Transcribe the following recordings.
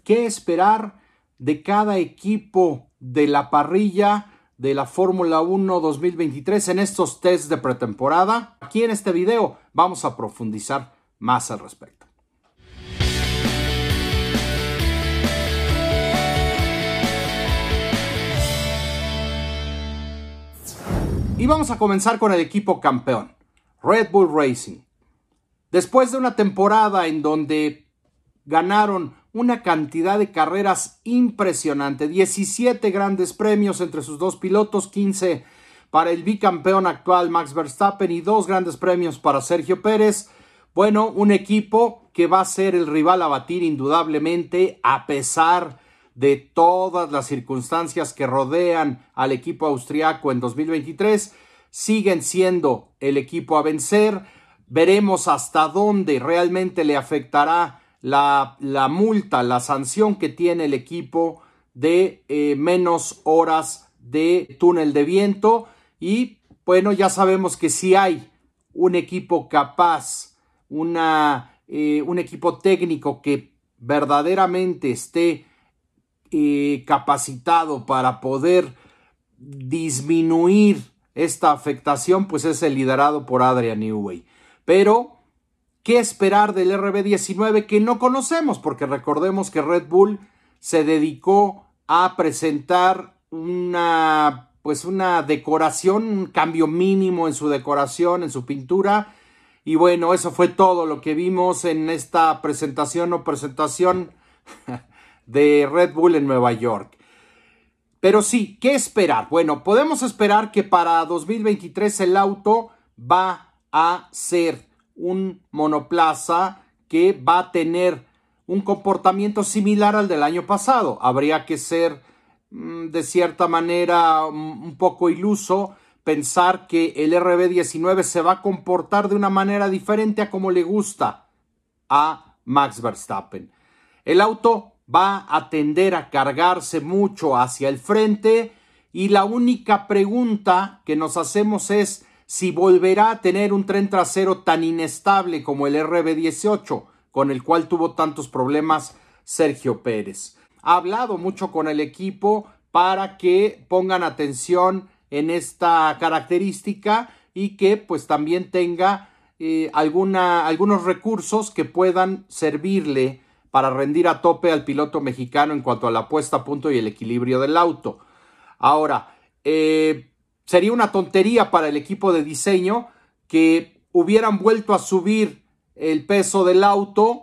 qué esperar de cada equipo de la parrilla de la Fórmula 1 2023 en estos tests de pretemporada. Aquí en este video vamos a profundizar más al respecto. Y vamos a comenzar con el equipo campeón, Red Bull Racing. Después de una temporada en donde ganaron una cantidad de carreras impresionante, 17 grandes premios entre sus dos pilotos, 15 para el bicampeón actual Max Verstappen y 2 grandes premios para Sergio Pérez. Bueno, un equipo que va a ser el rival a batir indudablemente, a pesar de todas las circunstancias que rodean al equipo austriaco en 2023, siguen siendo el equipo a vencer. Veremos hasta dónde realmente le afectará la multa, la sanción que tiene el equipo de menos horas de túnel de viento. Y bueno, ya sabemos que si hay un equipo capaz, un equipo técnico que verdaderamente esté capacitado para poder disminuir esta afectación, pues es el liderado por Adrian Newey. Pero ¿qué esperar del RB19 que no conocemos? Porque recordemos que Red Bull se dedicó a presentar una decoración, un cambio mínimo en su decoración, en su pintura. Y bueno, eso fue todo lo que vimos en esta presentación de Red Bull en Nueva York. Pero sí, ¿qué esperar? Bueno, podemos esperar que para 2023 el auto va a ser un monoplaza que va a tener un comportamiento similar al del año pasado. Habría que ser de cierta manera un poco iluso pensar que el RB19 se va a comportar de una manera diferente a como le gusta a Max Verstappen. El auto va a tender a cargarse mucho hacia el frente y la única pregunta que nos hacemos es si volverá a tener un tren trasero tan inestable como el RB18, con el cual tuvo tantos problemas Sergio Pérez. Ha hablado mucho con el equipo para que pongan atención en esta característica y que pues también tenga algunos recursos que puedan servirle para rendir a tope al piloto mexicano en cuanto a la puesta a punto y el equilibrio del auto. Ahora, sería una tontería para el equipo de diseño que hubieran vuelto a subir el peso del auto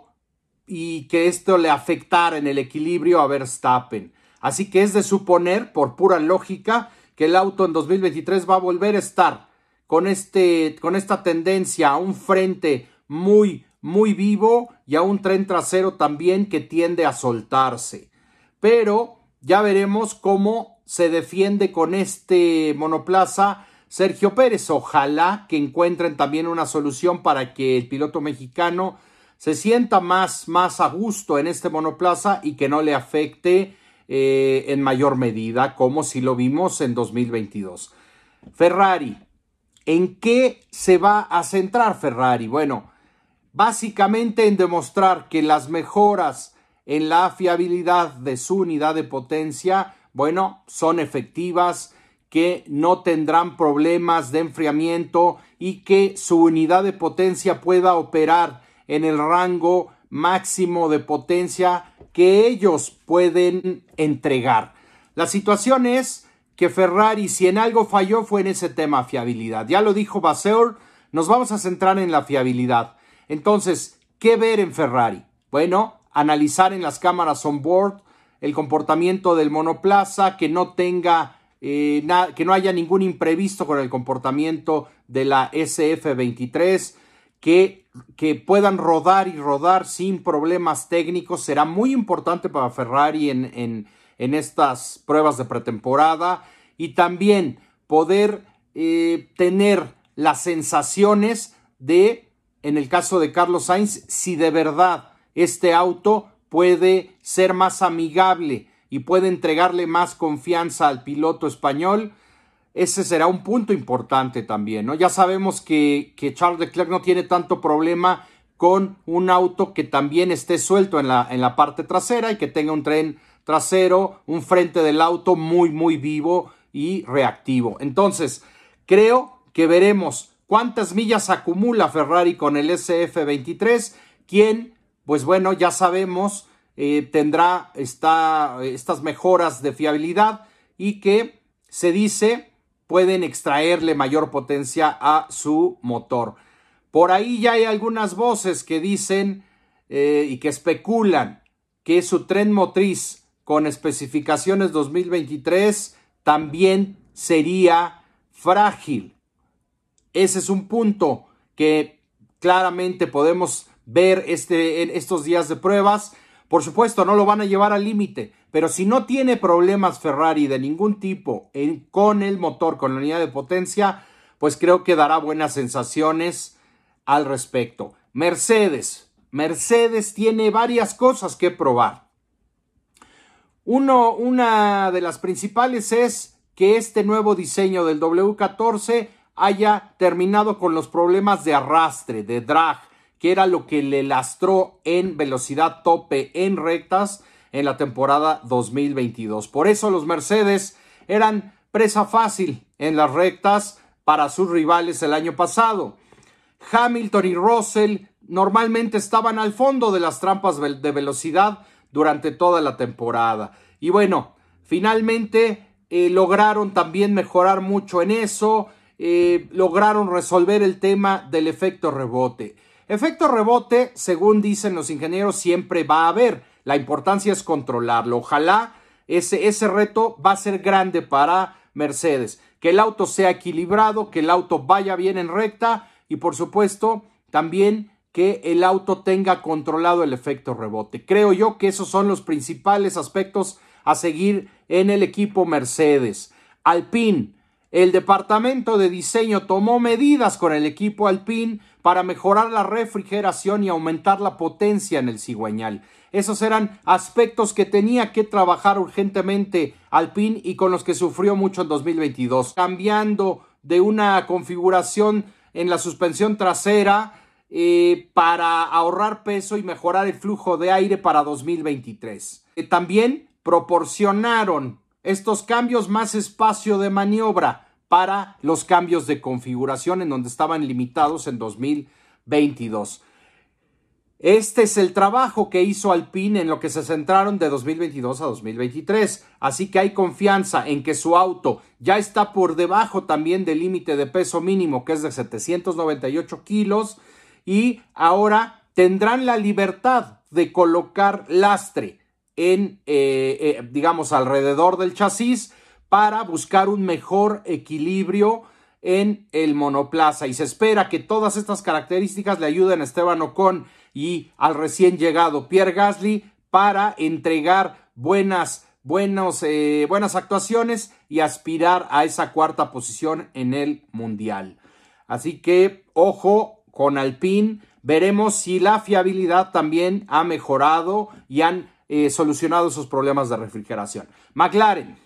y que esto le afectara en el equilibrio a Verstappen. Así que es de suponer, por pura lógica, que el auto en 2023 va a volver a estar con esta tendencia a un frente muy vivo y a un tren trasero también que tiende a soltarse. Pero ya veremos cómo se defiende con este monoplaza Sergio Pérez. Ojalá que encuentren también una solución para que el piloto mexicano se sienta más a gusto en este monoplaza y que no le afecte en mayor medida como si lo vimos en 2022. Ferrari, ¿en qué se va a centrar Ferrari? Bueno, básicamente en demostrar que las mejoras en la fiabilidad de su unidad de potencia, bueno, son efectivas, que no tendrán problemas de enfriamiento y que su unidad de potencia pueda operar en el rango máximo de potencia que ellos pueden entregar. La situación es que Ferrari, si en algo falló, fue en ese tema fiabilidad. Ya lo dijo Vasseur, nos vamos a centrar en la fiabilidad. Entonces, ¿qué ver en Ferrari? Bueno, analizar en las cámaras on board el comportamiento del monoplaza, que no haya ningún imprevisto con el comportamiento de la SF23, que puedan rodar y rodar sin problemas técnicos. Será muy importante para Ferrari en estas pruebas de pretemporada, y también poder tener las sensaciones de, en el caso de Carlos Sainz, si de verdad este auto puede ser más amigable y puede entregarle más confianza al piloto español. Ese será un punto importante también, ¿no? Ya sabemos que Charles Leclerc no tiene tanto problema con un auto que también esté suelto en la parte trasera y que tenga un tren trasero, un frente del auto muy vivo y reactivo. Entonces, creo que veremos cuántas millas acumula Ferrari con el SF23, quien, pues bueno, ya sabemos, tendrá estas mejoras de fiabilidad y que se dice pueden extraerle mayor potencia a su motor. Por ahí ya hay algunas voces que dicen y que especulan que su tren motriz con especificaciones 2023 también sería frágil. Ese es un punto que claramente podemos ver en estos días de pruebas. Por supuesto, no lo van a llevar al límite, pero si no tiene problemas Ferrari de ningún tipo con el motor, con la unidad de potencia, pues creo que dará buenas sensaciones al respecto. Mercedes tiene varias cosas que probar. Una de las principales es que este nuevo diseño del W14 haya terminado con los problemas de arrastre, de drag, que era lo que le lastró en velocidad tope en rectas en la temporada 2022. Por eso los Mercedes eran presa fácil en las rectas para sus rivales el año pasado. Hamilton y Russell normalmente estaban al fondo de las trampas de velocidad durante toda la temporada. Y bueno, finalmente lograron también mejorar mucho en eso, lograron resolver el tema del efecto rebote. Efecto rebote, según dicen los ingenieros, siempre va a haber. La importancia es controlarlo. Ojalá ese reto va a ser grande para Mercedes. Que el auto sea equilibrado, que el auto vaya bien en recta y por supuesto también que el auto tenga controlado el efecto rebote. Creo yo que esos son los principales aspectos a seguir en el equipo Mercedes. Alpine, el departamento de diseño tomó medidas con el equipo Alpine para mejorar la refrigeración y aumentar la potencia en el cigüeñal. Esos eran aspectos que tenía que trabajar urgentemente Alpine y con los que sufrió mucho en 2022. Cambiando de una configuración en la suspensión trasera para ahorrar peso y mejorar el flujo de aire para 2023. También proporcionaron estos cambios más espacio de maniobra para los cambios de configuración en donde estaban limitados en 2022. Este es el trabajo que hizo Alpine en lo que se centraron de 2022 a 2023. Así que hay confianza en que su auto ya está por debajo también del límite de peso mínimo, que es de 798 kilos. Y ahora tendrán la libertad de colocar lastre digamos, alrededor del chasis para buscar un mejor equilibrio en el monoplaza. Y se espera que todas estas características le ayuden a Esteban Ocon y al recién llegado Pierre Gasly para entregar buenas actuaciones y aspirar a esa cuarta posición en el Mundial. Así que, ojo con Alpine, veremos si la fiabilidad también ha mejorado y han solucionado esos problemas de refrigeración. McLaren,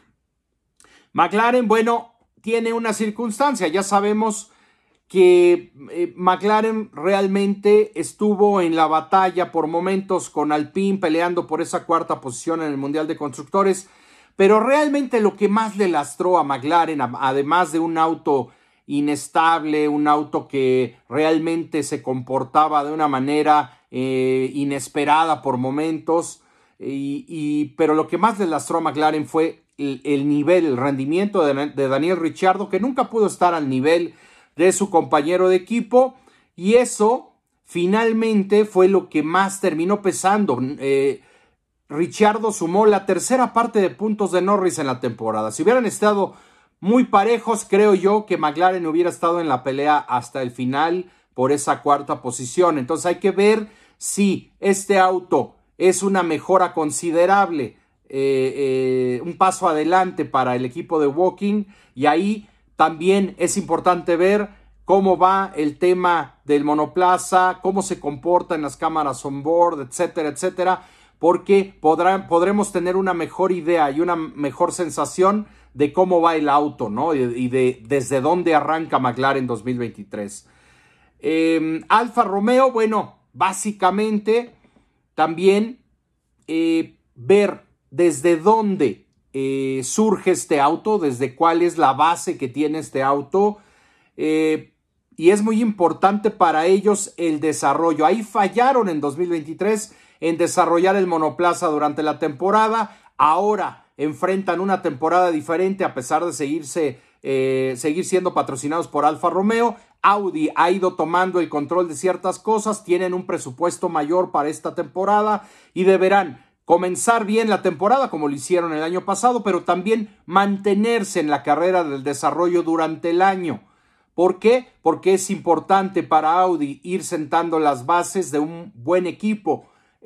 bueno, tiene una circunstancia. Ya sabemos que McLaren realmente estuvo en la batalla por momentos con Alpine peleando por esa cuarta posición en el Mundial de Constructores, pero realmente lo que más le lastró a McLaren, además de un auto inestable, un auto que realmente se comportaba de una manera inesperada por momentos, pero lo que más le lastró a McLaren fue el nivel, el rendimiento de Daniel Ricciardo, que nunca pudo estar al nivel de su compañero de equipo, y eso finalmente fue lo que más terminó pesando. Ricciardo sumó la tercera parte de puntos de Norris en la temporada. Si hubieran estado muy parejos, creo yo que McLaren hubiera estado en la pelea hasta el final por esa cuarta posición. Entonces hay que ver si este auto es una mejora considerable, un paso adelante para el equipo de Woking, y ahí también es importante ver cómo va el tema del monoplaza, cómo se comporta en las cámaras on board, etcétera, etcétera, porque podremos tener una mejor idea y una mejor sensación de cómo va el auto, ¿no? Y desde dónde arranca McLaren 2023. Alfa Romeo, bueno, básicamente también ver desde dónde surge este auto, desde cuál es la base que tiene este auto, y es muy importante para ellos el desarrollo. Ahí fallaron en 2023 en desarrollar el monoplaza durante la temporada. Ahora enfrentan una temporada diferente a pesar de seguir siendo patrocinados por Alfa Romeo. Audi ha ido tomando el control de ciertas cosas, tienen un presupuesto mayor para esta temporada y deberán comenzar bien la temporada como lo hicieron el año pasado, pero también mantenerse en la carrera del desarrollo durante el año. ¿Por qué? Porque es importante para Audi ir sentando las bases de un buen equipo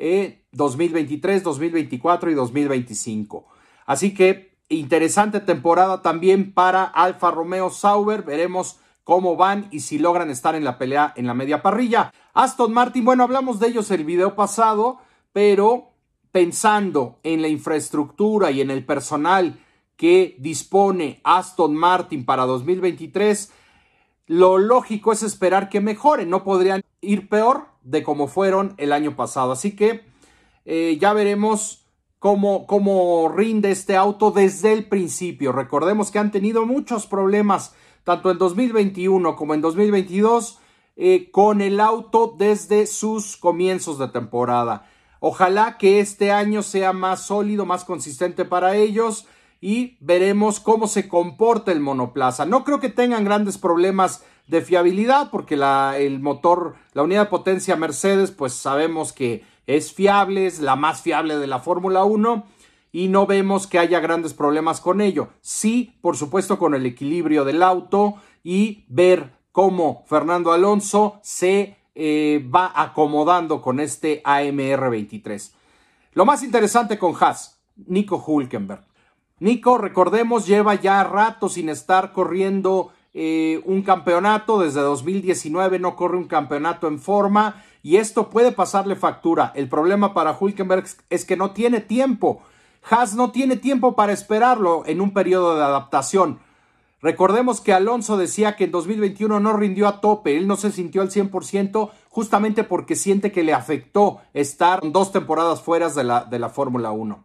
2023, 2024 y 2025. Así que interesante temporada también para Alfa Romeo Sauber. Veremos cómo van y si logran estar en la pelea en la media parrilla. Aston Martin, bueno, hablamos de ellos el video pasado, pero pensando en la infraestructura y en el personal que dispone Aston Martin para 2023, lo lógico es esperar que mejoren. No podrían ir peor de como fueron el año pasado. Así que ya veremos cómo rinde este auto desde el principio. Recordemos que han tenido muchos problemas tanto en 2021 como en 2022 con el auto desde sus comienzos de temporada. Ojalá que este año sea más sólido, más consistente para ellos y veremos cómo se comporta el monoplaza. No creo que tengan grandes problemas de fiabilidad porque el motor, la unidad de potencia Mercedes, pues sabemos que es fiable, es la más fiable de la Fórmula 1 y no vemos que haya grandes problemas con ello. Sí, por supuesto, con el equilibrio del auto y ver cómo Fernando Alonso se va acomodando con este AMR 23. Lo más interesante con Haas, Nico Hülkenberg. Nico, recordemos, lleva ya rato sin estar corriendo un campeonato. Desde 2019 no corre un campeonato en forma y esto puede pasarle factura. El problema para Hülkenberg es que no tiene tiempo. Haas no tiene tiempo para esperarlo en un periodo de adaptación. Recordemos que Alonso decía que en 2021 no rindió a tope, él no se sintió al 100% justamente porque siente que le afectó estar 2 temporadas fuera de la Fórmula 1.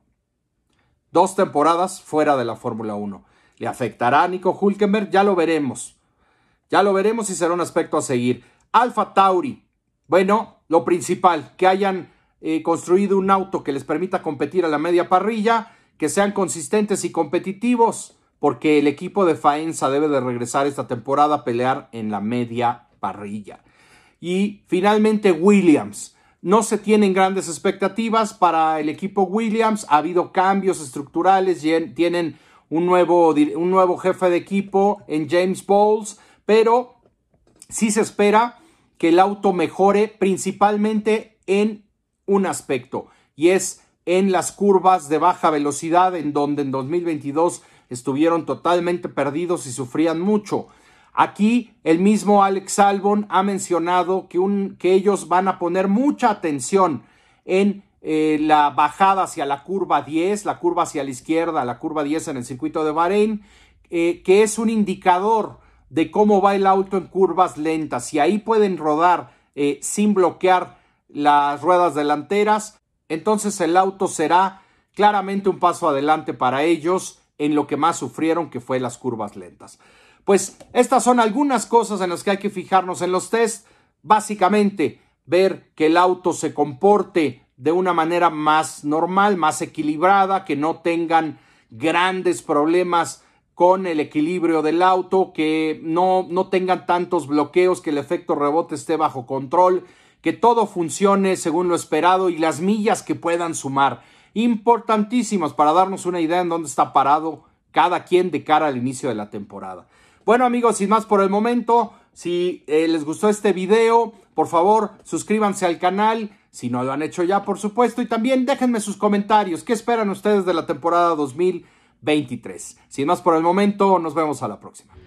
2 temporadas fuera de la Fórmula 1. ¿Le afectará a Nico Hülkenberg? Ya lo veremos. Ya lo veremos y será un aspecto a seguir. Alfa Tauri. Bueno, lo principal, que hayan construido un auto que les permita competir a la media parrilla, que sean consistentes y competitivos, porque el equipo de Faenza debe de regresar esta temporada a pelear en la media parrilla. Y finalmente Williams. No se tienen grandes expectativas para el equipo Williams. Ha habido cambios estructurales, tienen un nuevo jefe de equipo en James Bowles, pero sí se espera que el auto mejore principalmente en un aspecto, y es en las curvas de baja velocidad, en donde en 2022 estuvieron totalmente perdidos y sufrían mucho. Aquí el mismo Alex Albon ha mencionado que ellos van a poner mucha atención en la bajada hacia la curva 10, la curva hacia la izquierda, la curva 10 en el circuito de Bahrein, que es un indicador de cómo va el auto en curvas lentas. Si ahí pueden rodar sin bloquear las ruedas delanteras, entonces el auto será claramente un paso adelante para ellos en lo que más sufrieron, que fue las curvas lentas. Pues estas son algunas cosas en las que hay que fijarnos en los test. Básicamente, ver que el auto se comporte de una manera más normal, más equilibrada, que no tengan grandes problemas con el equilibrio del auto, que no tengan tantos bloqueos, que el efecto rebote esté bajo control, que todo funcione según lo esperado y las millas que puedan sumar. Importantísimas para darnos una idea en dónde está parado cada quien de cara al inicio de la temporada. Bueno, amigos, sin más por el momento, si les gustó este video, por favor, suscríbanse al canal, si no lo han hecho ya, por supuesto, y también déjenme sus comentarios. ¿Qué esperan ustedes de la temporada 2023? Sin más por el momento, nos vemos a la próxima.